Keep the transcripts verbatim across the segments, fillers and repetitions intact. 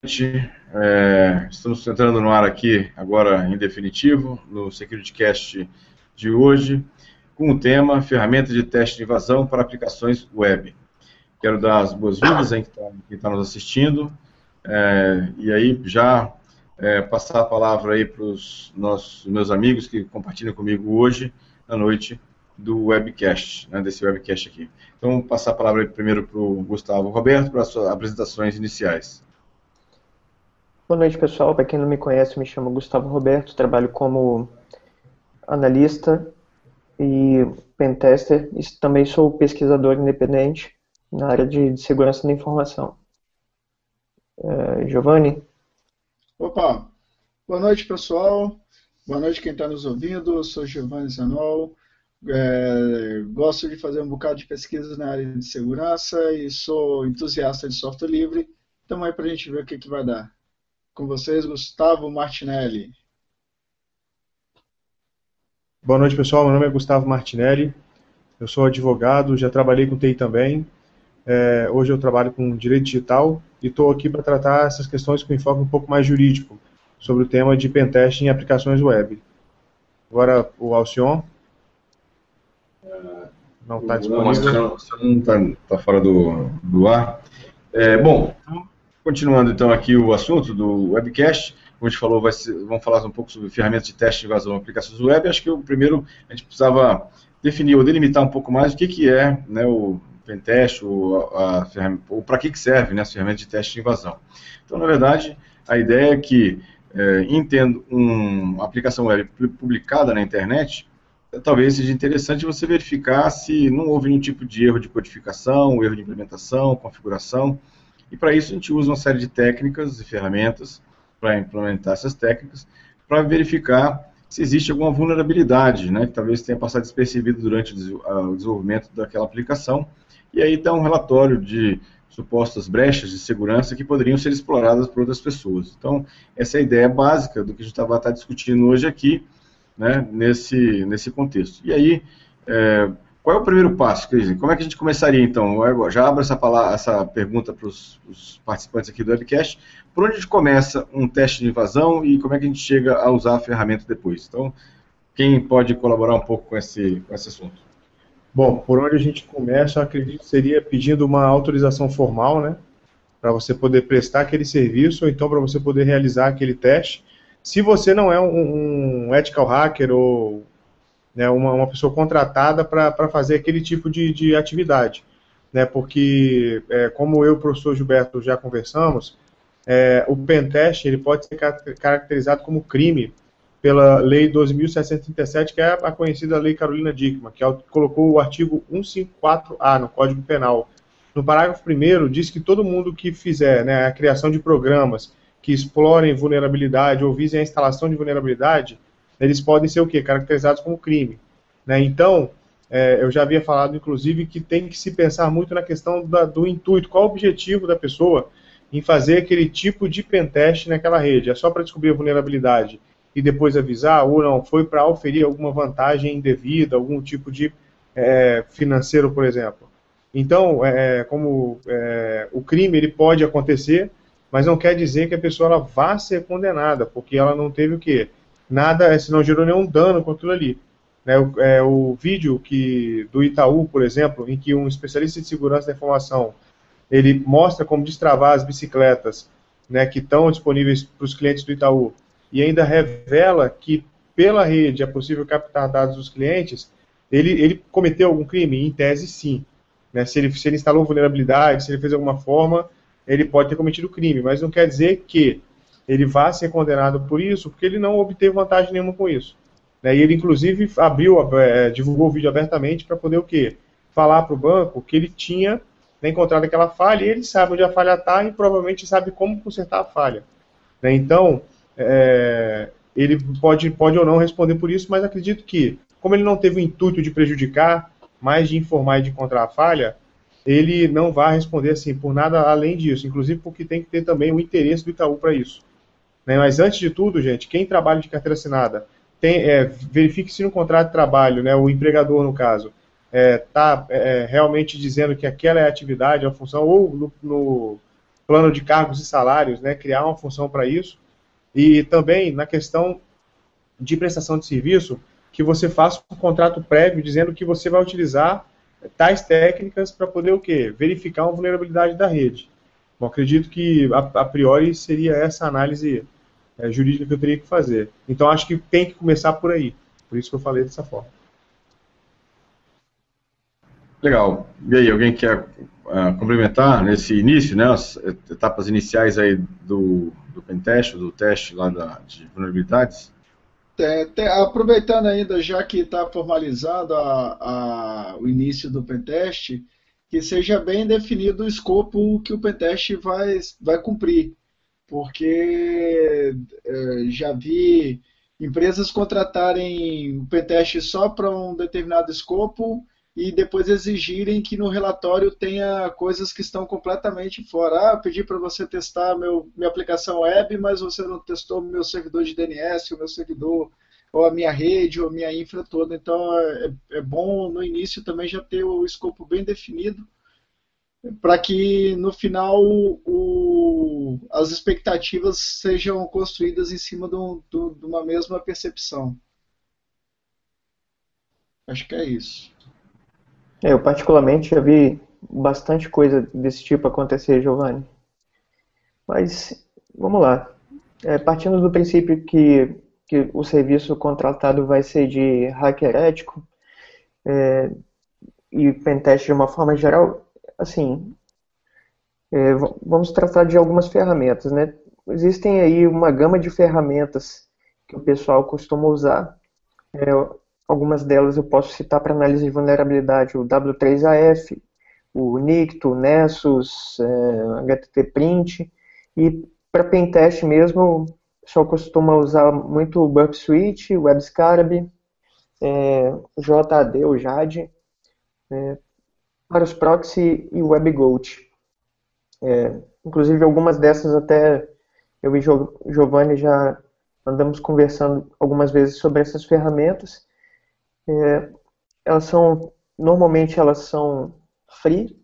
É, estamos entrando no ar aqui agora em definitivo no SecurityCast de hoje com o tema ferramenta de teste de invasão para aplicações web. Quero dar as boas-vindas a quem está nos assistindo é, e aí já é, passar a palavra aí para os meus amigos que compartilham comigo hoje à noite do webcast, né, desse webcast aqui. Então, vou passar a palavra aí primeiro para o Gustavo Roberto para as suas apresentações iniciais. Boa noite, pessoal. Para quem não me conhece, me chamo Gustavo Roberto, trabalho como analista e pentester e também sou pesquisador independente na área de segurança da informação. Uh, Giovanni? Opa! Boa noite, pessoal. Boa noite quem está nos ouvindo. Eu sou Giovanni Zanol. É, gosto de fazer um bocado de pesquisa na área de segurança e sou entusiasta de software livre. Estamos aí para a gente ver o que, que vai dar. Com vocês, Gustavo Martinelli. Boa noite, pessoal. Meu nome é Gustavo Martinelli. Eu sou advogado, já trabalhei com T I também. É, hoje eu trabalho com direito digital e estou aqui para tratar essas questões com enfoque um pouco mais jurídico sobre o tema de pentest em aplicações web. Agora, o Alcion não está disponível. Não, não está tá fora do, do ar. É, bom, continuando então aqui o assunto do webcast, como a gente falou, vai ser, vamos falar um pouco sobre ferramentas de teste de invasão em aplicações web. Acho que o primeiro a gente precisava definir ou delimitar um pouco mais o que, que é, né, o pentest, ou, a, ou para que, que serve, né, as ferramentas de teste de invasão. Então, na verdade, a ideia é que, é, entendo uma aplicação web publicada na internet, talvez seja interessante você verificar se não houve nenhum tipo de erro de codificação, erro de implementação, configuração. E para isso a gente usa uma série de técnicas e ferramentas para implementar essas técnicas, para verificar se existe alguma vulnerabilidade, né, que talvez tenha passado despercebido durante o desenvolvimento daquela aplicação, e aí dá um relatório de supostas brechas de segurança que poderiam ser exploradas por outras pessoas. Então, essa é a ideia básica do que a gente estava tá discutindo hoje aqui, né, nesse, nesse contexto. E aí, é, qual é o primeiro passo? Quer dizer, como é que a gente começaria, então? Eu já abro essa, palavra, essa pergunta para os participantes aqui do webcast. Por onde a gente começa um teste de invasão e como é que a gente chega a usar a ferramenta depois? Então, quem pode colaborar um pouco com esse, com esse assunto? Bom, por onde a gente começa, eu acredito que seria pedindo uma autorização formal, né, para você poder prestar aquele serviço, ou então para você poder realizar aquele teste. Se você não é um, um ethical hacker ou, né, uma, uma pessoa contratada para fazer aquele tipo de, de atividade, né, porque, é, como eu e o professor Gilberto já conversamos, é, o pentest ele pode ser caracterizado como crime pela Lei doze mil setecentos e trinta e sete, que é a conhecida Lei Carolina Dickmann, que colocou o artigo cento e cinquenta e quatro A no Código Penal. No parágrafo primeiro diz que todo mundo que fizer, né, a criação de programas que explorem vulnerabilidade ou visem a instalação de vulnerabilidade, eles podem ser o quê? Caracterizados como crime. Né? Então, é, eu já havia falado, inclusive, que tem que se pensar muito na questão da, do intuito, qual o objetivo da pessoa em fazer aquele tipo de pentest naquela rede. É só para descobrir a vulnerabilidade e depois avisar, ou não, foi para oferir alguma vantagem indevida, algum tipo de é, financeiro, por exemplo. Então, é, como é, o crime ele pode acontecer, mas não quer dizer que a pessoa ela vá ser condenada, porque ela não teve o quê? Nada, se não gerou nenhum dano com aquilo ali. Né, o, é, o vídeo que, do Itaú, por exemplo, em que um especialista de segurança da informação, ele mostra como destravar as bicicletas, né, que estão disponíveis para os clientes do Itaú, e ainda revela que pela rede é possível captar dados dos clientes, ele, ele cometeu algum crime? Em tese, sim. Né, se, ele, se ele instalou vulnerabilidade, se ele fez alguma forma, ele pode ter cometido crime, mas não quer dizer que ele vá ser condenado por isso, porque ele não obteve vantagem nenhuma com isso. Né, e ele, inclusive, abriu, é, divulgou o vídeo abertamente para poder o quê? Falar para o banco que ele tinha, né, encontrado aquela falha, e ele sabe onde a falha está e provavelmente sabe como consertar a falha. Né, então, é, ele pode, pode ou não responder por isso, mas acredito que, como ele não teve o intuito de prejudicar, mais de informar e de encontrar a falha, ele não vai responder assim por nada além disso, inclusive porque tem que ter também o interesse do Itaú para isso. Né? Mas antes de tudo, gente, quem trabalha de carteira assinada, tem, é, verifique se no contrato de trabalho, né, o empregador no caso, está é, é, realmente dizendo que aquela é a atividade, a função, ou no, no, plano de cargos e salários, né, criar uma função para isso. E também na questão de prestação de serviço, que você faça um contrato prévio dizendo que você vai utilizar tais técnicas para poder o quê? Verificar uma vulnerabilidade da rede. Bom, acredito que a, a priori seria essa análise é, jurídica que eu teria que fazer. Então acho que tem que começar por aí. Por isso que eu falei dessa forma. Legal. E aí, alguém quer uh, complementar nesse início, né, as etapas iniciais aí do, do pentest, do teste lá da, de vulnerabilidades? Tem, tem, aproveitando ainda, já que está formalizado a, a, o início do pentest, que seja bem definido o escopo que o pentest vai, vai cumprir. Porque é, já vi empresas contratarem o pentest só para um determinado escopo e depois exigirem que no relatório tenha coisas que estão completamente fora. Ah, eu pedi para você testar meu, minha aplicação web, mas você não testou meu servidor de D N S, o meu servidor, ou a minha rede, ou a minha infra toda. Então é, é bom no início também já ter o escopo bem definido, para que no final o, as expectativas sejam construídas em cima de, um, de uma mesma percepção. Acho que é isso. É, eu particularmente já vi bastante coisa desse tipo acontecer, Giovanni. Mas, vamos lá. É, partindo do princípio que, que o serviço contratado vai ser de hacker ético, é, e pentest de uma forma geral, assim, é, vamos tratar de algumas ferramentas, né? Existem aí uma gama de ferramentas que o pessoal costuma usar. É, algumas delas eu posso citar para análise de vulnerabilidade, o W três A F, o Nicto, o Nessus, é, H T T Print, e para pentest mesmo, o pessoal costuma usar muito o Burp Suite, o WebScarab, é, o J A D, o J A D, é, para os proxy e o WebGoat. É, inclusive algumas dessas até eu e Giovanni já andamos conversando algumas vezes sobre essas ferramentas. É, elas são, normalmente elas são free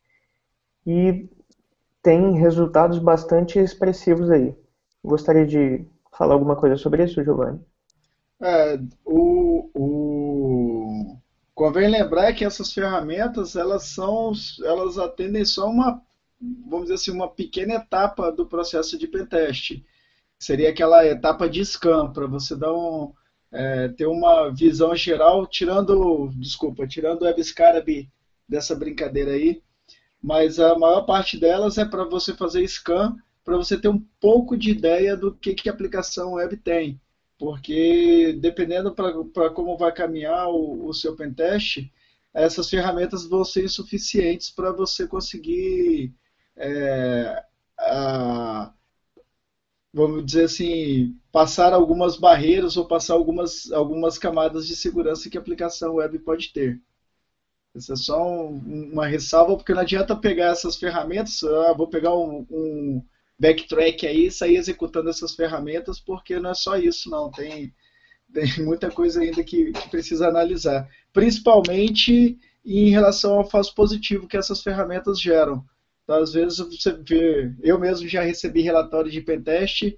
e têm resultados bastante expressivos aí. Gostaria de falar alguma coisa sobre isso, Giovanni? É, o, o... Convém lembrar que essas ferramentas, elas são, elas atendem só uma, vamos dizer assim, uma pequena etapa do processo de pentest. Seria aquela etapa de scan, para você dar um, é, ter uma visão geral, tirando, desculpa, tirando o WebScarab dessa brincadeira aí, mas a maior parte delas é para você fazer scan, para você ter um pouco de ideia do que, que a aplicação web tem. Porque dependendo para como vai caminhar o, o seu pentest, essas ferramentas vão ser insuficientes para você conseguir, é, a, vamos dizer assim, passar algumas barreiras ou passar algumas, algumas camadas de segurança que a aplicação web pode ter. Essa é só um, uma ressalva, porque não adianta pegar essas ferramentas, ah, vou pegar um, um backtrack aí e sair executando essas ferramentas, porque não é só isso, não. Tem, tem muita coisa ainda que, que precisa analisar. Principalmente em relação ao falso positivo que essas ferramentas geram. Então, às vezes, você vê, eu mesmo já recebi relatórios de pentest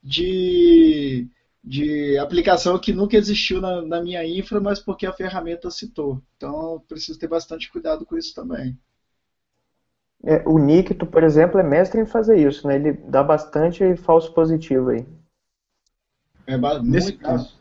de, de aplicação que nunca existiu na, na minha infra, mas porque a ferramenta citou. Então, preciso ter bastante cuidado com isso também. É, o Nicto, por exemplo, é mestre em fazer isso, né? Ele dá bastante falso positivo aí. É muito. Nesse caso,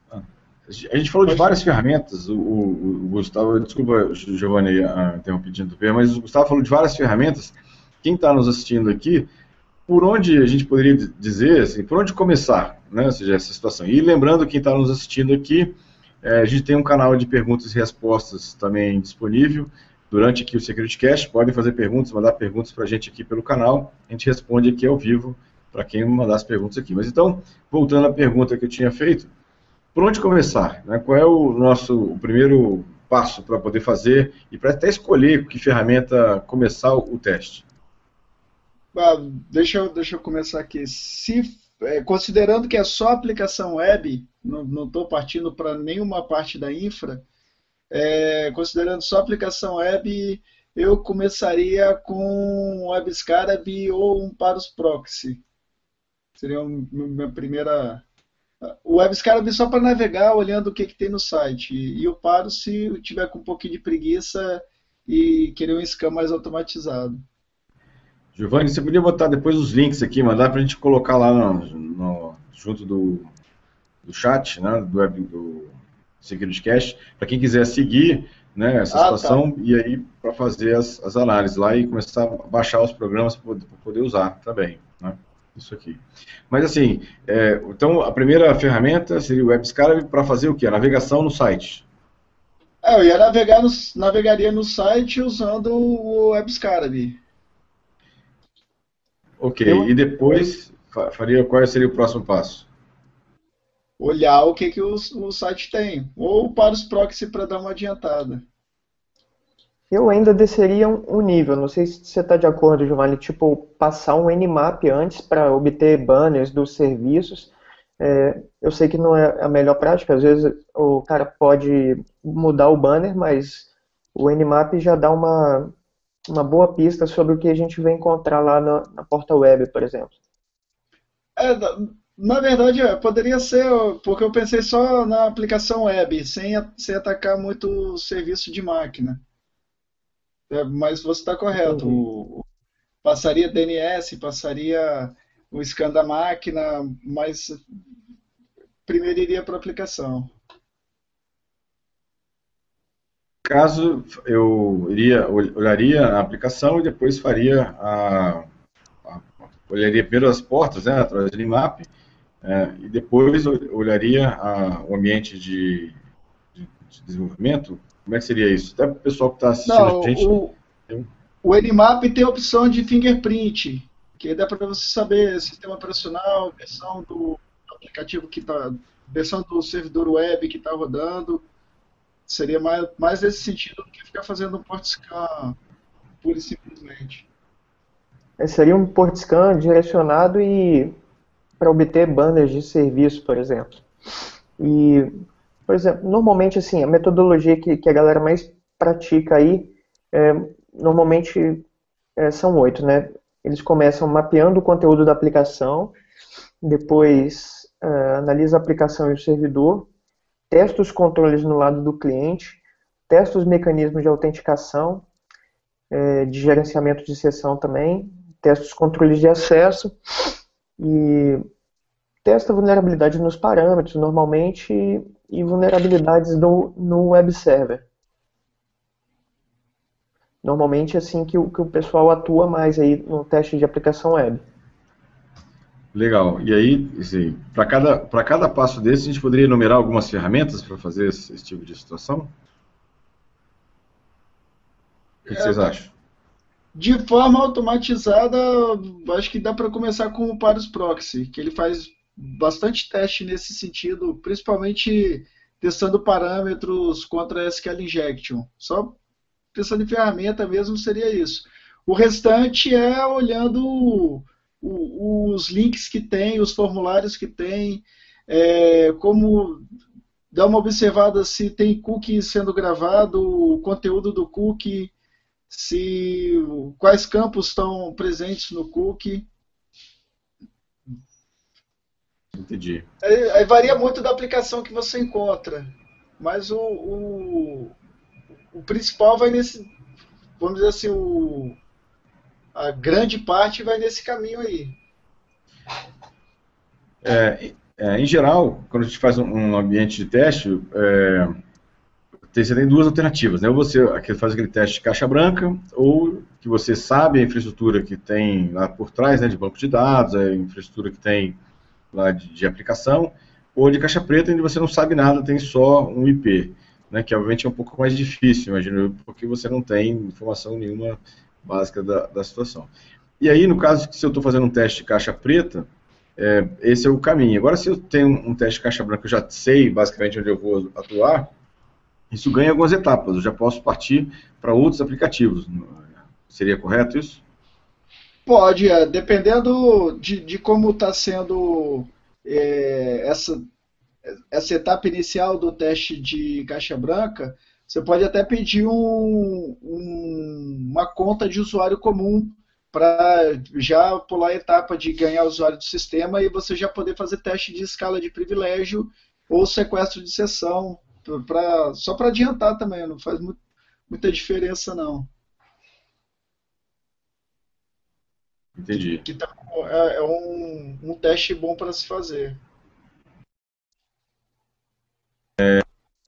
a gente falou de várias ferramentas, o, o, o Gustavo, desculpa, Giovanni, uh, interrompendo, mas o Gustavo falou de várias ferramentas. Quem está nos assistindo aqui, por onde a gente poderia dizer, assim, por onde começar, né, ou seja, essa situação? E lembrando, quem está nos assistindo aqui, é, a gente tem um canal de perguntas e respostas também disponível. Durante aqui o SecurityCast, podem fazer perguntas, mandar perguntas para a gente aqui pelo canal, a gente responde aqui ao vivo para quem mandar as perguntas aqui. Mas então, voltando à pergunta que eu tinha feito, por onde começar? Né? Qual é o nosso o primeiro passo para poder fazer e para até escolher que ferramenta começar o, o teste? Ah, deixa, eu, deixa eu começar aqui. Se, é, considerando que é só aplicação web, não estou partindo para nenhuma parte da infra, É, considerando só aplicação web, eu começaria com um WebScarab ou um Parus Proxy. Seria a minha primeira... O WebScarab só para navegar, olhando o que, que tem no site. E, e o Parus se eu tiver com um pouquinho de preguiça e querer um scan mais automatizado. Giovanni, você podia botar depois os links aqui, mandar para a gente colocar lá no, no, junto do, do chat, né, do, web, do Security Cache, para quem quiser seguir, né, essa Ah, situação, tá. e aí para fazer as, as análises lá e começar a baixar os programas para poder, poder usar também, né, isso aqui. Mas assim, é, então a primeira ferramenta seria o WebScarab para fazer o quê? A navegação no site. É, eu ia navegar no, navegaria no site usando o WebScarab. Ok, Eu, e depois faria, qual seria o próximo passo? Olhar o que, que o, o site tem. Ou para os proxy para dar uma adiantada. eu ainda desceria um, um nível, não sei se você está de acordo, Giovanni, tipo, passar um Nmap antes para obter banners dos serviços. É, eu sei que não é a melhor prática, às vezes o cara pode mudar o banner, mas o Nmap já dá uma, uma boa pista sobre o que a gente vai encontrar lá na, na porta web, por exemplo. É, na, na verdade, é, poderia ser, porque eu pensei só na aplicação web, sem, sem atacar muito o serviço de máquina. É, mas você está correto. Entendi. O, o- passaria D N S, passaria o scan da máquina, mas primeiro iria para a aplicação. Caso eu iria, ol- olharia a aplicação e depois faria a, a- olharia primeiro as portas, né, através do Nmap, é, e depois ol- olharia a- o ambiente de, de- de desenvolvimento. Como é que seria isso? Até para o pessoal que está assistindo a Não, gente. o, o Nmap tem a opção de fingerprint, que dá para você saber sistema operacional, versão do aplicativo que está, versão do servidor web que está rodando. Seria mais, mais nesse sentido do que ficar fazendo um port scan pura e simplesmente. É, seria um port scan direcionado e para obter banners de serviço, por exemplo. E, por exemplo, normalmente assim, a metodologia que, que a galera mais pratica aí, é, normalmente é, são oito, né? Eles começam mapeando o conteúdo da aplicação, depois é, analisa a aplicação e o servidor, testa os controles no lado do cliente, testa os mecanismos de autenticação, é, de gerenciamento de sessão também, testa os controles de acesso e testa vulnerabilidade nos parâmetros, normalmente, e vulnerabilidades do, no web server. Normalmente é assim que o, que o pessoal atua mais aí no teste de aplicação web. Legal. E aí, assim, para cada, para cada passo desse, a gente poderia enumerar algumas ferramentas para fazer esse, esse tipo de situação? O que, que vocês acham? De forma automatizada, acho que dá para começar com o Parus Proxy, que ele faz bastante teste nesse sentido, principalmente testando parâmetros contra S Q L Injection. Só pensando em ferramenta mesmo seria isso. O restante é olhando o- o- os links que tem, os formulários que tem, é, como dar uma observada se tem cookie sendo gravado, o conteúdo do cookie, se quais campos estão presentes no cookie. Entendi. Aí, aí varia muito da aplicação que você encontra, mas o, o, o principal vai nesse, vamos dizer assim, o, a grande parte vai nesse caminho aí. É, é, em geral, quando a gente faz um, um ambiente de teste, é, tem- você tem duas alternativas, né? Ou você aquele- faz aquele teste de caixa branca, ou que você sabe a infraestrutura que tem lá por trás, né, de banco de dados, a infraestrutura que tem lá de, de aplicação, ou de caixa preta, onde você não sabe nada, tem só um I P, né, que obviamente é um pouco mais difícil, imagino eu, porque você não tem informação nenhuma básica da, da situação. E aí, no caso que se eu estou fazendo um teste de caixa preta, é, esse é o caminho. Agora, se eu tenho um teste de caixa branca, eu já sei basicamente onde eu vou atuar, isso ganha algumas etapas, eu já posso partir para outros aplicativos. Seria correto isso? Pode, é, dependendo de, de como está sendo é, essa, essa etapa inicial do teste de caixa branca, você pode até pedir um, um, uma conta de usuário comum para já pular a etapa de ganhar usuário do sistema e você já poder fazer teste de escala de privilégio ou sequestro de sessão, pra, só para adiantar também, não faz muito, muita diferença não. Entendi. Que tá, é, é um, um teste bom para se fazer. É...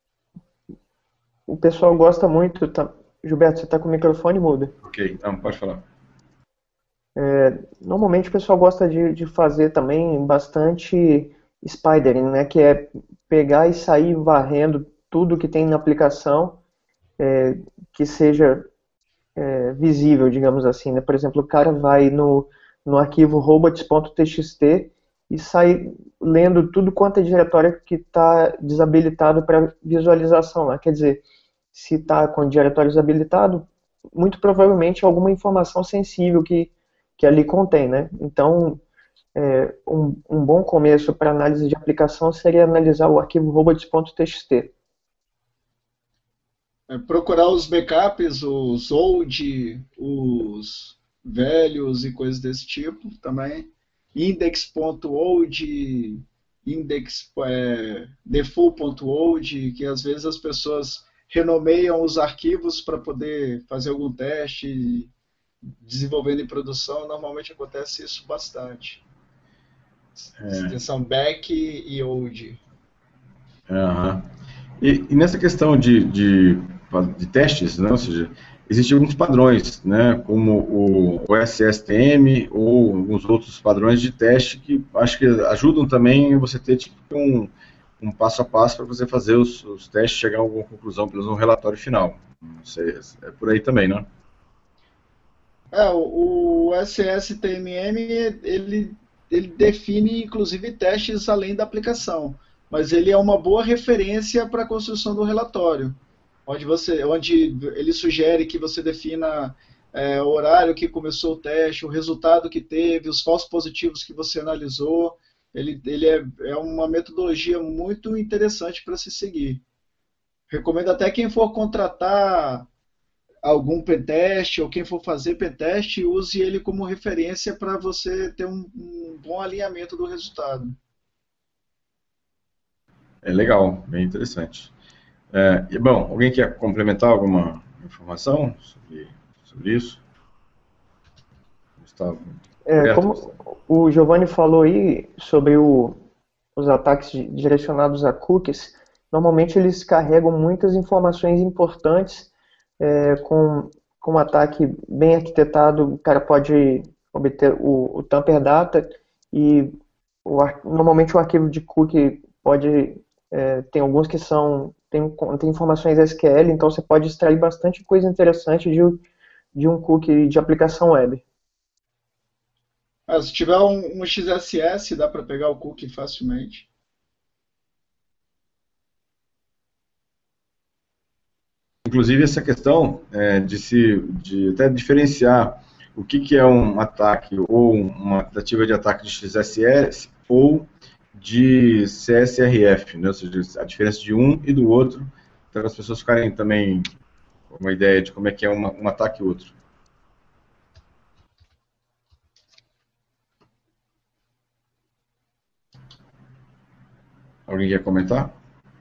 O pessoal gosta muito... Tá... Gilberto, você está com o microfone mudo. Ok, não, pode falar. É, normalmente o pessoal gosta de, de fazer também bastante spidering, né, que é pegar e sair varrendo tudo que tem na aplicação é, que seja é, visível, digamos assim, né? Por exemplo, o cara vai no, no arquivo robots.txt e sai lendo tudo quanto é diretório que está desabilitado para visualização lá. Quer dizer, se está com o diretório desabilitado, muito provavelmente alguma informação sensível que que ali contém, né? Então, é, um, um bom começo para análise de aplicação seria analisar o arquivo robots.txt. É, procurar os backups, os old, os velhos e coisas desse tipo também. Index.old, index, é, default.old, que às vezes as pessoas renomeiam os arquivos para poder fazer algum teste desenvolvendo em produção, normalmente acontece isso bastante. É. Extensão back e old. Uhum. E, e nessa questão de, de, de testes, né, ou seja, existem alguns padrões, né, como o, o S S T M ou alguns outros padrões de teste que acho que ajudam também você ter tipo, um, um passo a passo para você fazer os, os testes, chegar a alguma conclusão, pelo menos um relatório final. Não sei, é por aí também, né? É, o, o S S T M M, ele, ele define, inclusive, testes além da aplicação, mas ele é uma boa referência para a construção do relatório, onde, você, onde ele sugere que você defina é, o horário que começou o teste, o resultado que teve, os falsos positivos que você analisou. Ele, ele é, é uma metodologia muito interessante para se seguir. Recomendo até quem for contratar algum pentest, ou quem for fazer pentest, use ele como referência para você ter um, um bom alinhamento do resultado. É legal, bem interessante. É, e, bom, alguém quer complementar alguma informação sobre, sobre isso? Gustavo? É, como o Giovanni falou aí sobre o, os ataques direcionados a cookies, normalmente eles carregam muitas informações importantes. É, com, com um ataque bem arquitetado, o cara pode obter o, o tamper data e o, normalmente o arquivo de cookie pode, é, tem alguns que são, tem, tem informações S Q L, então você pode extrair bastante coisa interessante de, de um cookie de aplicação web. Ah, se tiver um, um X S S, dá para pegar o cookie facilmente. Inclusive, essa questão é, de, se, de até diferenciar o que, que é um ataque ou uma tentativa de ataque de X S S ou de C S R F, né? Ou seja, a diferença de um e do outro, para as pessoas ficarem também com uma ideia de como é que é uma, um ataque e outro. Alguém quer comentar?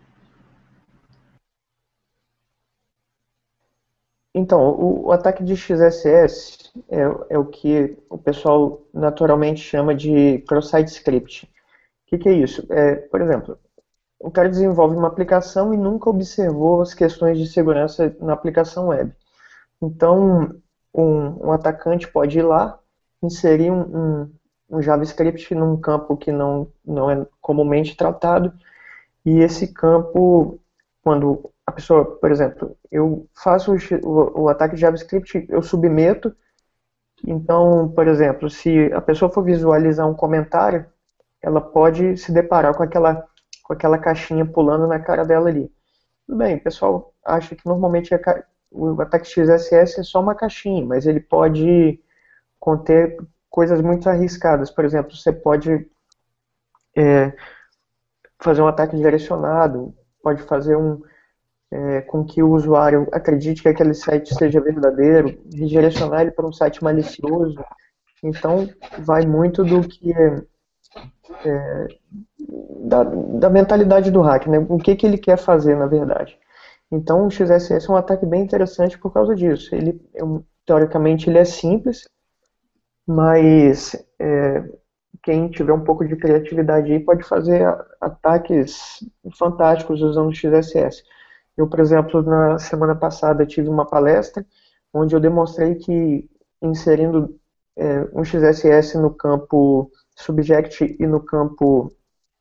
Então, o, o ataque de X S S é, é o que o pessoal naturalmente chama de cross-site script. O que, que é isso? É, por exemplo, o cara desenvolve uma aplicação e nunca observou as questões de segurança na aplicação web. Então, um, um atacante pode ir lá, inserir um, um, um JavaScript num campo que não, não é comumente tratado, e esse campo, quando a pessoa, por exemplo, eu faço o, o ataque de JavaScript, eu submeto, então, por exemplo, se a pessoa for visualizar um comentário, ela pode se deparar com aquela, com aquela caixinha pulando na cara dela ali. Tudo bem, o pessoal acha que normalmente a, o ataque X S S é só uma caixinha, mas ele pode conter coisas muito arriscadas. Por exemplo, você pode é, fazer um ataque direcionado, pode fazer um é, com que o usuário acredite que aquele site seja verdadeiro, redirecionar ele para um site malicioso. Então, vai muito do que é, é, da, da mentalidade do hacker, né? O que, que ele quer fazer, na verdade. Então, o X S S é um ataque bem interessante por causa disso. Ele, teoricamente, ele é simples, mas é, quem tiver um pouco de criatividade aí pode fazer ataques fantásticos usando o X S S. Eu, por exemplo, na semana passada tive uma palestra onde eu demonstrei que inserindo é, um X S S no campo subject e no campo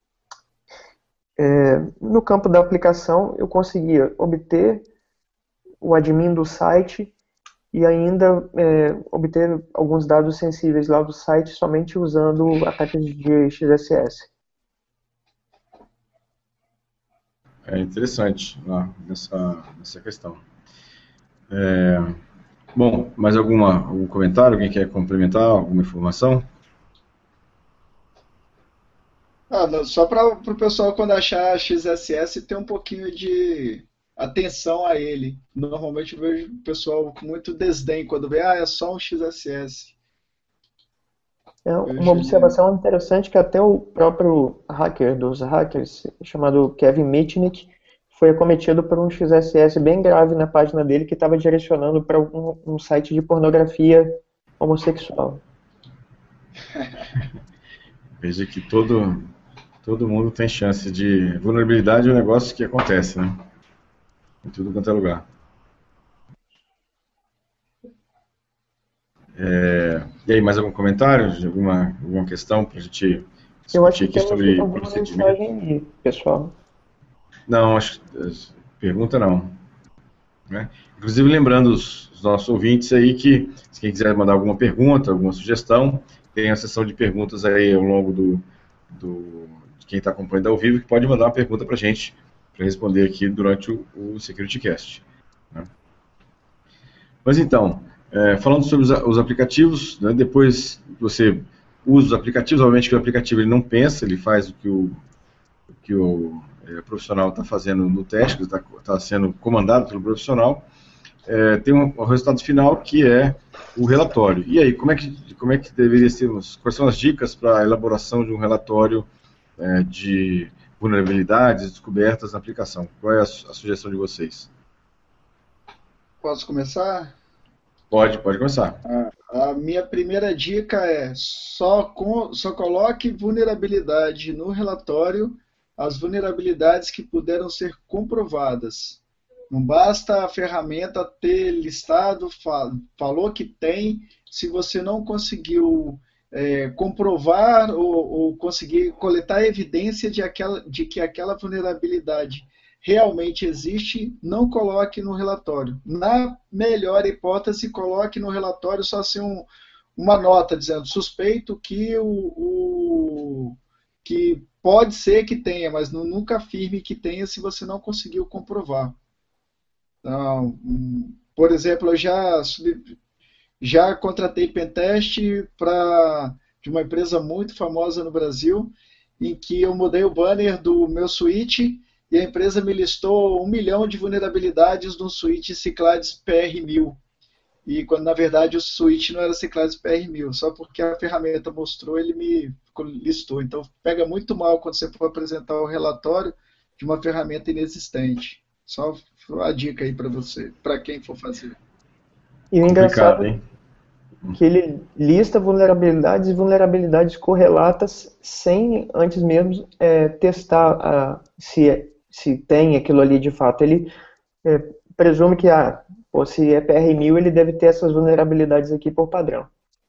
é, no campo da aplicação, eu conseguia obter o admin do site e ainda é, obter alguns dados sensíveis lá do site somente usando ataques de X S S. É interessante lá, nessa, nessa questão. É, bom, mais alguma, algum comentário? Alguém quer complementar alguma informação? Ah, não, só para o pessoal, quando achar X S S, ter um pouquinho de atenção a ele. Normalmente eu vejo o pessoal com muito desdém quando vê, ah, é só um X S S. É uma observação interessante que até o próprio hacker dos hackers, chamado Kevin Mitnick, foi acometido por um X S S bem grave na página dele que estava direcionando para um, um site de pornografia homossexual. Veja que todo, todo mundo tem chance de... Vulnerabilidade é um negócio que acontece, né? Em tudo quanto é lugar. É, e aí, mais algum comentário? Alguma, alguma questão para a gente discutir Eu acho que aqui temos sobre alguma procedimento? mensagem aí, pessoal. Não, acho, pergunta não. Né? Inclusive, lembrando os, os nossos ouvintes aí que, se quem quiser mandar alguma pergunta, alguma sugestão, tem a sessão de perguntas aí ao longo do, do de quem está acompanhando ao vivo, que pode mandar uma pergunta para a gente, para responder aqui durante o, o SecurityCast. Né? Mas então, é, falando sobre os, os aplicativos, né, depois que você usa os aplicativos, obviamente que o aplicativo ele não pensa, ele faz o que o, o, que o é, profissional está fazendo no teste, está tá sendo comandado pelo profissional, é, tem um, um resultado final que é o relatório. E aí, como é que, como é que deveria ser, quais são as dicas para a elaboração de um relatório é, de vulnerabilidades descobertas na aplicação? Qual é a, a sugestão de vocês? Posso começar? Pode, pode começar. A, a minha primeira dica é só, com, só coloque vulnerabilidade no relatório, as vulnerabilidades que puderam ser comprovadas. Não basta a ferramenta ter listado, fal, falou que tem, se você não conseguiu é, comprovar ou, ou conseguir coletar evidência de, aquela, de que aquela vulnerabilidade realmente existe, não coloque no relatório. Na melhor hipótese, coloque no relatório só assim um, uma nota dizendo suspeito que, o, o, que pode ser que tenha, mas não, nunca afirme que tenha se você não conseguiu comprovar. Então, por exemplo, eu já, já contratei pentest para de uma empresa muito famosa no Brasil, em que eu mudei o banner do meu switch e a empresa me listou um milhão de vulnerabilidades no switch Cyclades P R mil. E quando na verdade o switch não era Cyclades P R mil, só porque a ferramenta mostrou, ele me listou. Então pega muito mal quando você for apresentar o relatório de uma ferramenta inexistente. Só a dica aí para você, para quem for fazer. E o engraçado é que ele lista vulnerabilidades e vulnerabilidades correlatas sem antes mesmo é, testar a, se, se tem aquilo ali de fato. Ele é, presume que ah, pô, se é P R mil, ele deve ter essas vulnerabilidades aqui por padrão.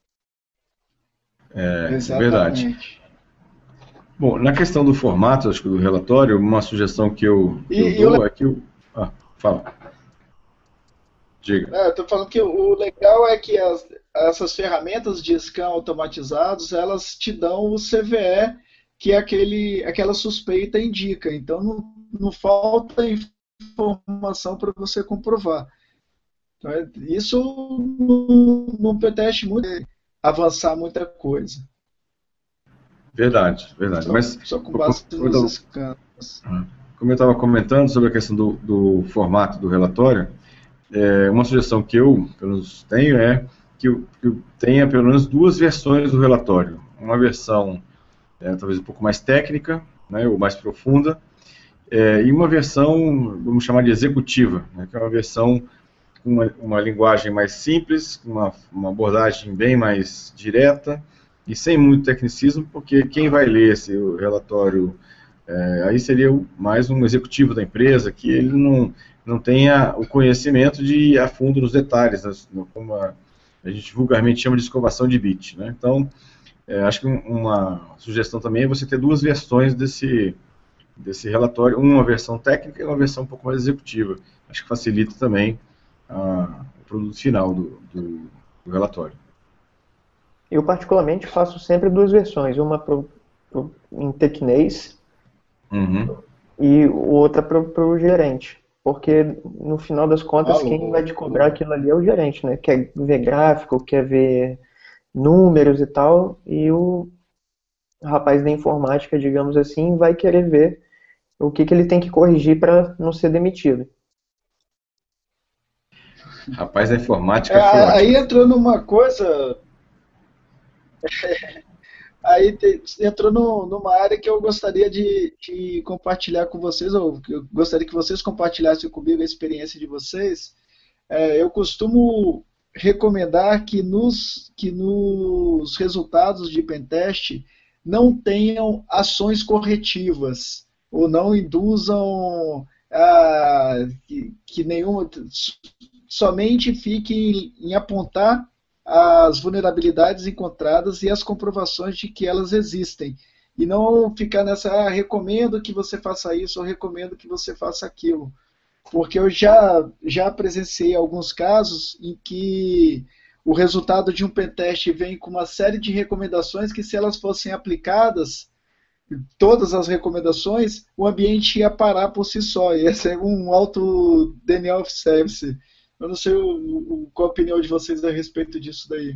É, é verdade. Bom, na questão do formato, acho que do relatório, uma sugestão que eu, que e, eu dou eu... é que o... Ah, fala. Diga. É, eu estou falando que o legal é que as, essas ferramentas de scan automatizados, elas te dão o C V E que aquele, aquela suspeita indica. Então, não, não falta informação para você comprovar. Então, isso não pretende muito avançar muita coisa. Verdade, verdade. Só, Mas, só com base nos scans. como eu estava comentando sobre a questão do, do formato do relatório, é, uma sugestão que eu, pelo menos, tenho é que eu, que eu tenha pelo menos duas versões do relatório. Uma versão é, talvez um pouco mais técnica, né, ou mais profunda, é, e uma versão, vamos chamar de executiva, né, que é uma versão com uma, uma linguagem mais simples, uma, uma abordagem bem mais direta e sem muito tecnicismo, porque quem vai ler esse relatório é, aí seria mais um executivo da empresa, que ele não, não tenha o conhecimento de ir a fundo nos detalhes, né, como a, a gente vulgarmente chama de escovação de bit, né? Então, é, acho que uma sugestão também é você ter duas versões desse, desse relatório, uma versão técnica e uma versão um pouco mais executiva. Acho que facilita também a, o produto final do, do, do relatório. Eu, particularmente, faço sempre duas versões, uma pro, pro, em tecnês uhum. e outra para o gerente. Porque, no final das contas, Alô, quem vai te cobrar aquilo ali é o gerente, né? Quer ver gráfico, quer ver números e tal, e o rapaz da informática, digamos assim, vai querer ver o que, que ele tem que corrigir para não ser demitido. Rapaz da informática É, foi aí ótimo. entrou numa coisa... Aí te, entrou no, numa área que eu gostaria de, de compartilhar com vocês, ou que eu gostaria que vocês compartilhassem comigo a experiência de vocês. É, eu costumo recomendar que nos, que nos resultados de pentest não tenham ações corretivas, ou não induzam a, que, que nenhuma, somente fique em, em apontar as vulnerabilidades encontradas e as comprovações de que elas existem. E não ficar nessa, ah, recomendo que você faça isso, ou recomendo que você faça aquilo. Porque eu já, já presenciei alguns casos em que o resultado de um pentest vem com uma série de recomendações que, se elas fossem aplicadas, todas as recomendações, o ambiente ia parar por si só. Ia ser um alto denial of service. Eu não sei o, o, qual a opinião de vocês a respeito disso daí.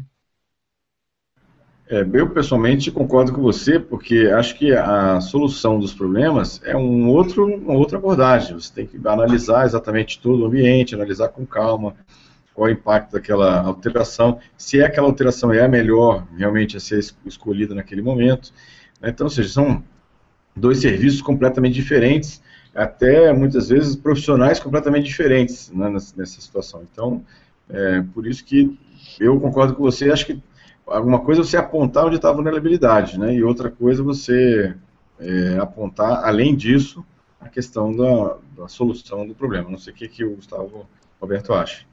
É, eu, pessoalmente, concordo com você, porque acho que a solução dos problemas é um outro, uma outra abordagem. Você tem que analisar exatamente todo o ambiente, analisar com calma qual é o impacto daquela alteração, se é aquela alteração é a melhor realmente a ser escolhida naquele momento. Então, ou seja, são dois serviços completamente diferentes, até muitas vezes profissionais completamente diferentes, né, nessa situação. Então, é por isso que eu concordo com você, acho que alguma coisa é você apontar onde está a vulnerabilidade, né, e outra coisa é você é, apontar, além disso, a questão da, da solução do problema. Não sei o que, que o Gustavo Roberto acha.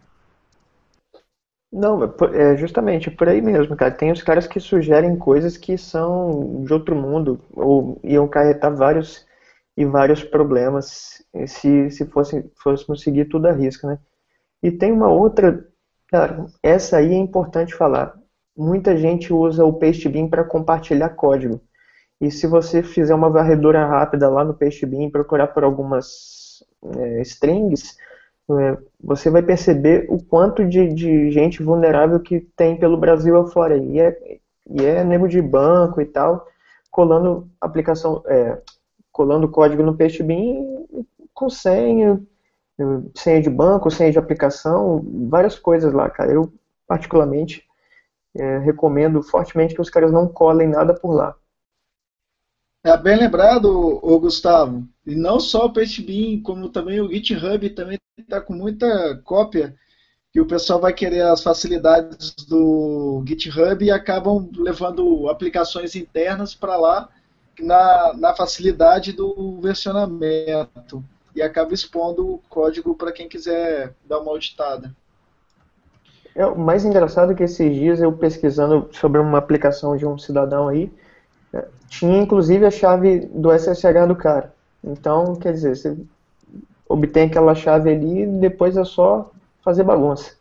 Não, é justamente por aí mesmo, cara. Tem os caras que sugerem coisas que são de outro mundo, ou iam acarretar vários e vários problemas se, se fosse, fôssemos seguir tudo à risca, né? E tem uma outra, cara, essa aí é importante falar. Muita gente usa o Pastebin para compartilhar código. E se você fizer uma varredura rápida lá no Pastebin e procurar por algumas é, strings, é, você vai perceber o quanto de, de gente vulnerável que tem pelo Brasil afora. E é, e é nego de banco e tal, colando aplicação, é, colando código no Pastebin com senha, senha de banco, senha de aplicação, várias coisas lá, cara. Eu, particularmente, é, recomendo fortemente que os caras não colem nada por lá. É bem lembrado, ô Gustavo, e não só o Pastebin, como também o GitHub também está com muita cópia, que o pessoal vai querer as facilidades do GitHub e acabam levando aplicações internas para lá na, na facilidade do versionamento e acaba expondo o código para quem quiser dar uma auditada. É, o mais engraçado é que esses dias eu pesquisando sobre uma aplicação de um cidadão aí, tinha inclusive a chave do S S H do cara. Então, quer dizer, você obtém aquela chave ali e depois é só fazer bagunça.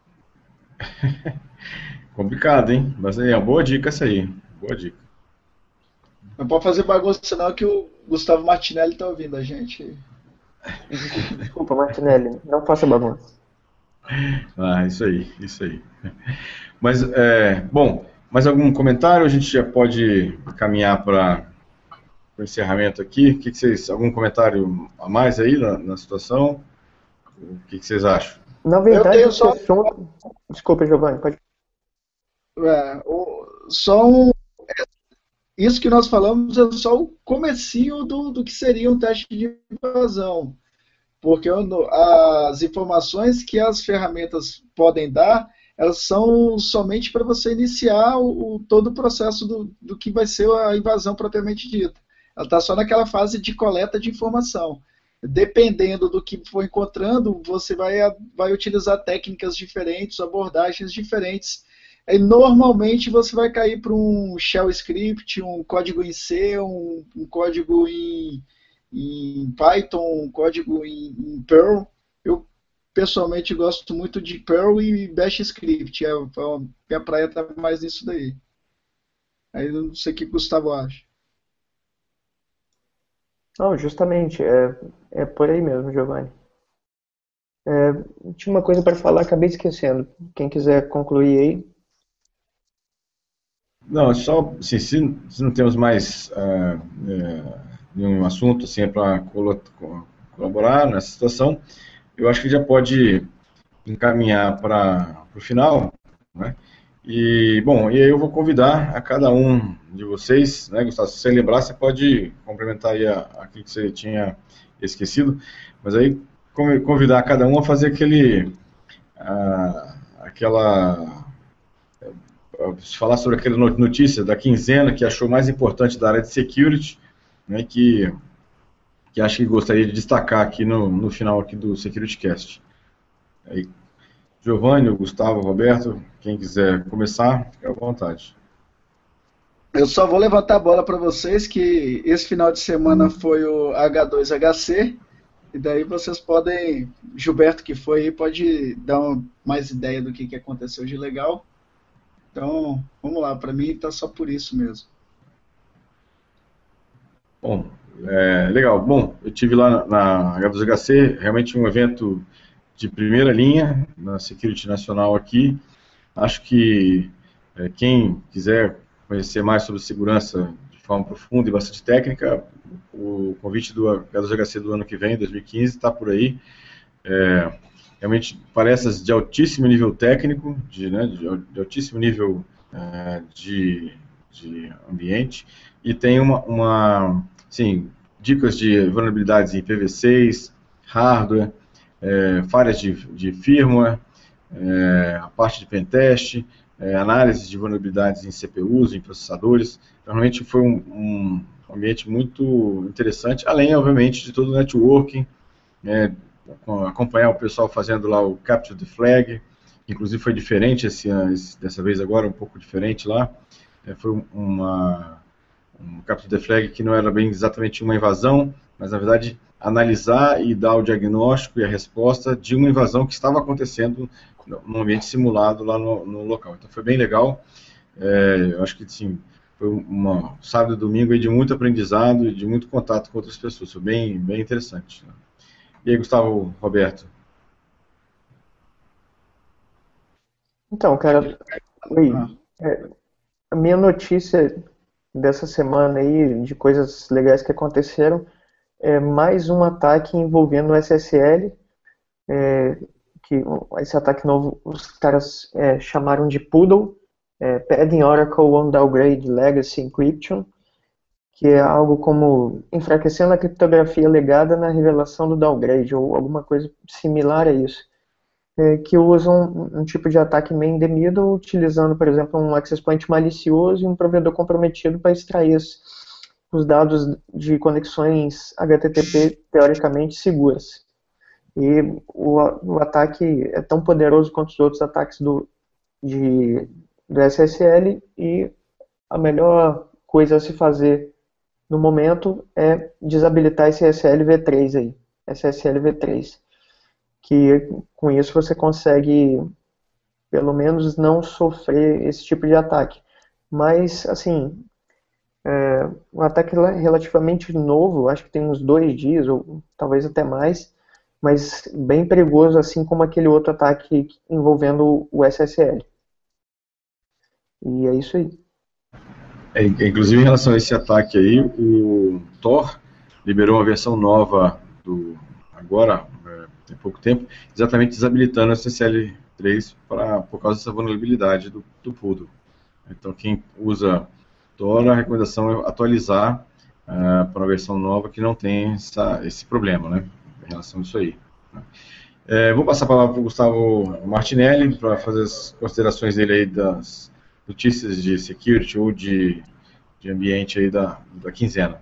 Complicado, hein? Mas é uma boa dica essa aí. Boa dica. Não pode fazer bagunça não, que o Gustavo Martinelli está ouvindo a gente. Desculpa, Martinelli, não faça bagunça. Ah, isso aí, isso aí. Mas, é, bom, mais algum comentário? A gente já pode caminhar para o encerramento aqui. O que, que vocês, algum comentário a mais aí na, na situação? O que, que vocês acham? Na verdade, Eu tenho esse só- assunto... Desculpa, Giovanni, pode... É, o- só um, isso que nós falamos é só o comecinho do, do que seria um teste de invasão. Porque eu não- as informações que as ferramentas podem dar, elas são somente para você iniciar o, o- todo o processo do, do que vai ser a invasão propriamente dita. Ela está só naquela fase de coleta de informação. Dependendo do que for encontrando, você vai, a- vai utilizar técnicas diferentes, abordagens diferentes. E normalmente você vai cair para um shell script, um código em C, um, um código em, em Python, um código em, em Perl. Eu pessoalmente gosto muito de Perl e Bash Script. É, é, minha praia está mais nisso daí. Aí eu não sei o que o Gustavo acha. Não, justamente, é, é por aí mesmo, Giovanni. É, tinha uma coisa para falar, acabei esquecendo. Quem quiser concluir aí. Não, é só, assim, se, se não temos mais ah, é, nenhum assunto assim, para colaborar nessa situação, eu acho que já pode encaminhar para o final, né? E, bom, e aí eu vou convidar a cada um de vocês, né, Gustavo, se você lembrar, você pode complementar aí a- aquilo que você tinha esquecido, mas aí convi- convidar cada um a fazer aquele, ah, aquela, falar sobre aquela no- notícia da quinzena que achou mais importante da área de security, né, que, que acho que gostaria de destacar aqui no, no final aqui do SecurityCast. Aí, Giovanni, o Gustavo, o Roberto, quem quiser começar, fica à vontade. Eu só vou levantar a bola para vocês que esse final de semana foi o H dois H C, e daí vocês podem, Gilberto que foi aí, pode dar uma, mais ideia do que, que aconteceu de legal. Então, vamos lá, para mim tá só por isso mesmo. Bom, é, legal. Bom, eu tive lá na H dois H C, realmente um evento de primeira linha na Security Nacional aqui. Acho que é, quem quiser conhecer mais sobre segurança de forma profunda e bastante técnica, o convite do H dois H C do ano que vem, dois mil e quinze, está por aí. É, realmente palestras de altíssimo nível técnico, de, né, de, de altíssimo nível é, de, de ambiente, e tem uma, uma assim, dicas de vulnerabilidades em P V seis, hardware, é, falhas de, de firmware, é, a parte de pentest, é, análise de vulnerabilidades em C P Us, em processadores. Então, realmente foi um, um ambiente muito interessante, além, obviamente, de todo o networking, né, acompanhar o pessoal fazendo lá o Capture the Flag, inclusive foi diferente esse, esse, dessa vez agora, um pouco diferente lá. É, foi uma, um Capture the Flag que não era bem exatamente uma invasão, mas na verdade analisar e dar o diagnóstico e a resposta de uma invasão que estava acontecendo num ambiente simulado lá no, no local. Então foi bem legal. É, eu acho que sim, foi uma sábado e domingo aí de muito aprendizado e de muito contato com outras pessoas. Foi bem, bem interessante, né? E aí, Gustavo, Roberto? Então, cara, oi. É, a minha notícia dessa semana aí, de coisas legais que aconteceram, é mais um ataque envolvendo o S S L, é, que esse ataque novo os caras é, chamaram de Poodle, é, Padding Oracle on Downgrade Legacy Encryption, que é algo como enfraquecendo a criptografia legada na revelação do downgrade, ou alguma coisa similar a isso, é, que usam um, um tipo de ataque main the middle, utilizando, por exemplo, um access point malicioso e um provedor comprometido para extrair os, os dados de conexões H T T P teoricamente seguras. E o, o ataque é tão poderoso quanto os outros ataques do, de, do S S L, e a melhor coisa a se fazer no momento é desabilitar esse S S L v três aí, S S L v três, que com isso você consegue pelo menos não sofrer esse tipo de ataque. Mas, assim, é um ataque relativamente novo, acho que tem uns dois dias, ou talvez até mais, mas bem perigoso, assim como aquele outro ataque envolvendo o S S L. E é isso aí. É, inclusive, em relação a esse ataque aí, o Tor liberou uma versão nova do agora, é, tem pouco tempo, exatamente desabilitando o S S L três pra, por causa dessa vulnerabilidade do, do poodle. Então, quem usa Tor, a recomendação é atualizar uh, para uma versão nova que não tem essa, esse problema, né, em relação a isso aí. Né. É, vou passar a palavra para o Gustavo Martinelli para fazer as considerações dele aí das notícias de security ou de, de ambiente aí da, da quinzena.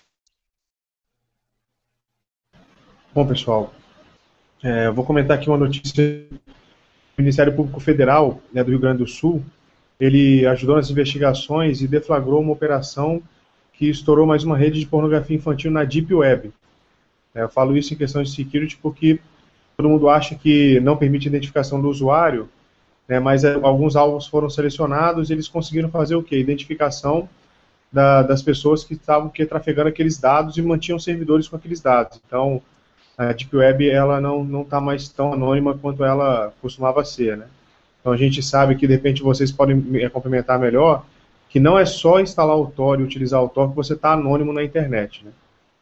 Bom, pessoal, é, eu vou comentar aqui uma notícia do Ministério Público Federal, né, do Rio Grande do Sul. Ele ajudou nas investigações e deflagrou uma operação que estourou mais uma rede de pornografia infantil na Deep Web. É, eu falo isso em questão de security porque todo mundo acha que não permite identificação do usuário, né, mas é, alguns alvos foram selecionados e eles conseguiram fazer o quê? Identificação da, das pessoas que estavam que, trafegando aqueles dados e mantinham servidores com aqueles dados. Então, a Deep Web ela não não está mais tão anônima quanto ela costumava ser, né? Então a gente sabe que de repente vocês podem me complementar melhor, que não é só instalar o Tor e utilizar o Tor que você está anônimo na internet, né?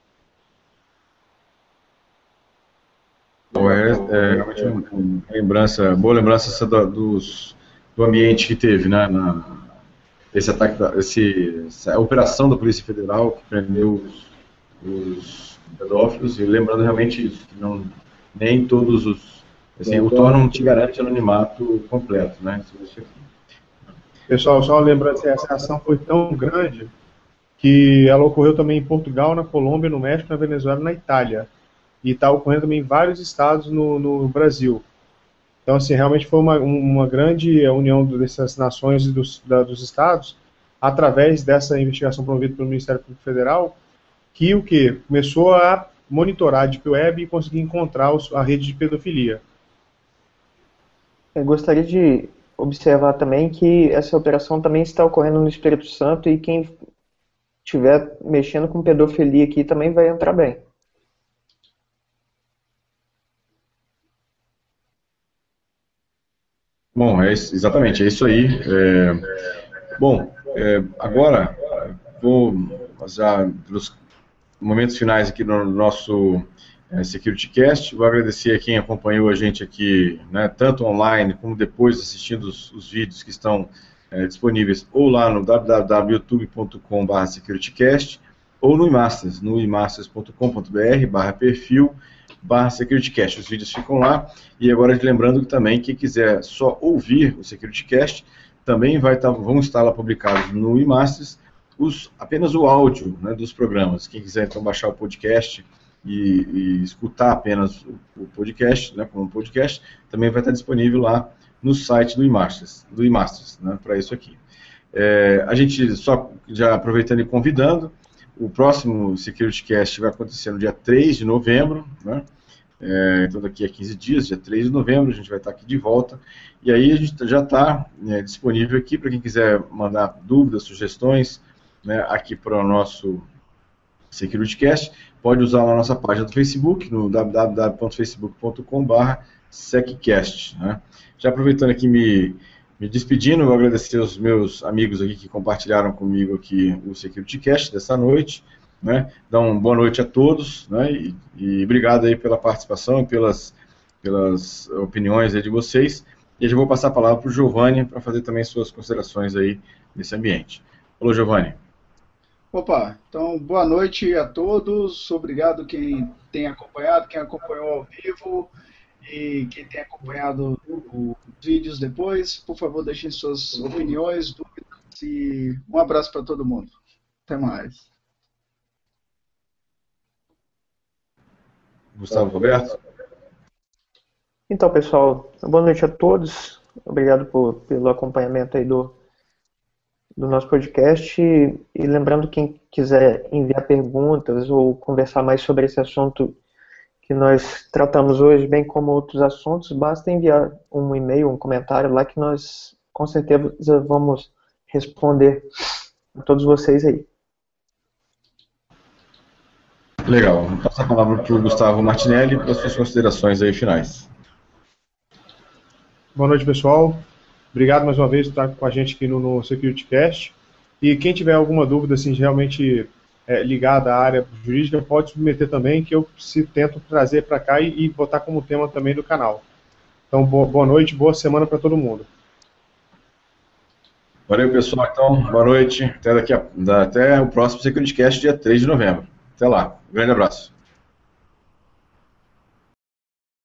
Bom, é, é realmente uma lembrança, boa lembrança essa do, dos, do ambiente que teve, né? Na, esse ataque, esse, essa operação da Polícia Federal que prendeu os, os pedófilos, e lembrando realmente isso, que não, nem todos os... Assim, o Tor não te garante anonimato completo, né? Pessoal, só lembrando que essa ação foi tão grande que ela ocorreu também em Portugal, na Colômbia, no México, na Venezuela e na Itália. E está ocorrendo também em vários estados no, no Brasil. Então, assim, realmente foi uma, uma grande união dessas nações e dos, da, dos estados, através dessa investigação promovida pelo Ministério Público Federal, que o quê? Começou a monitorar a Deep Web e conseguir encontrar os, a rede de pedofilia. Eu gostaria de observar também que essa operação também está ocorrendo no Espírito Santo e quem estiver mexendo com pedofilia aqui também vai entrar bem. Bom, é isso, exatamente, é isso aí. É, bom, é, agora vou já dos momentos finais aqui no nosso é, SecurityCast. Vou agradecer a quem acompanhou a gente aqui, né, tanto online como depois assistindo os, os vídeos que estão é, disponíveis ou lá no w w w ponto youtube ponto com barra securitycast ou no imasters, no imasters ponto com ponto b r barra perfil barra SecurityCast. Os vídeos ficam lá. E agora, lembrando que também, quem quiser só ouvir o SecurityCast, também vai estar, vão estar lá publicados no imasters os, apenas o áudio, né, dos programas. Quem quiser, então, baixar o podcast e, e escutar apenas o, o podcast, né, como um podcast, também vai estar disponível lá no site do imasters, do imasters, né, para isso aqui. É, a gente, só já aproveitando e convidando, o próximo SecurityCast vai acontecer no dia três de novembro, né? É, então daqui a quinze dias, dia três de novembro, a gente vai estar aqui de volta. E aí a gente já está é, disponível aqui para quem quiser mandar dúvidas, sugestões, né, aqui para o nosso SecurityCast. Pode usar lá a nossa página do Facebook, no w w w ponto facebook ponto com barra seccast. Né? Já aproveitando aqui me... Me despedindo, vou agradecer aos meus amigos aqui que compartilharam comigo aqui o SecurityCast dessa noite, né? Dar uma boa noite a todos, né? E, e obrigado aí pela participação e pelas, pelas opiniões aí de vocês. E eu já vou passar a palavra para o Giovanni para fazer também suas considerações aí nesse ambiente. Alô, Giovanni. Opa, então boa noite a todos, obrigado quem tem acompanhado, quem acompanhou ao vivo. E quem tem acompanhado os vídeos depois, por favor, deixem suas opiniões, dúvidas e um abraço para todo mundo. Até mais. Gustavo Roberto. Então, pessoal, boa noite a todos. Obrigado por, pelo acompanhamento aí do, do nosso podcast. E, e lembrando, quem quiser enviar perguntas ou conversar mais sobre esse assunto que nós tratamos hoje, bem como outros assuntos, basta enviar um e-mail, um comentário lá que nós, com certeza, vamos responder a todos vocês aí. Legal. Vou passar a palavra para o Gustavo Martinelli para as suas considerações aí finais. Boa noite, pessoal. Obrigado mais uma vez por estar com a gente aqui no, no SecurityCast. E quem tiver alguma dúvida assim, realmente é, ligada à área jurídica, pode submeter também, que eu se tento trazer para cá e, e botar como tema também do canal. Então, boa, boa noite, boa semana para todo mundo. Valeu, pessoal. Então, boa noite. Até, daqui a, até o próximo SecurityCast, dia três de novembro. Até lá. Um grande abraço.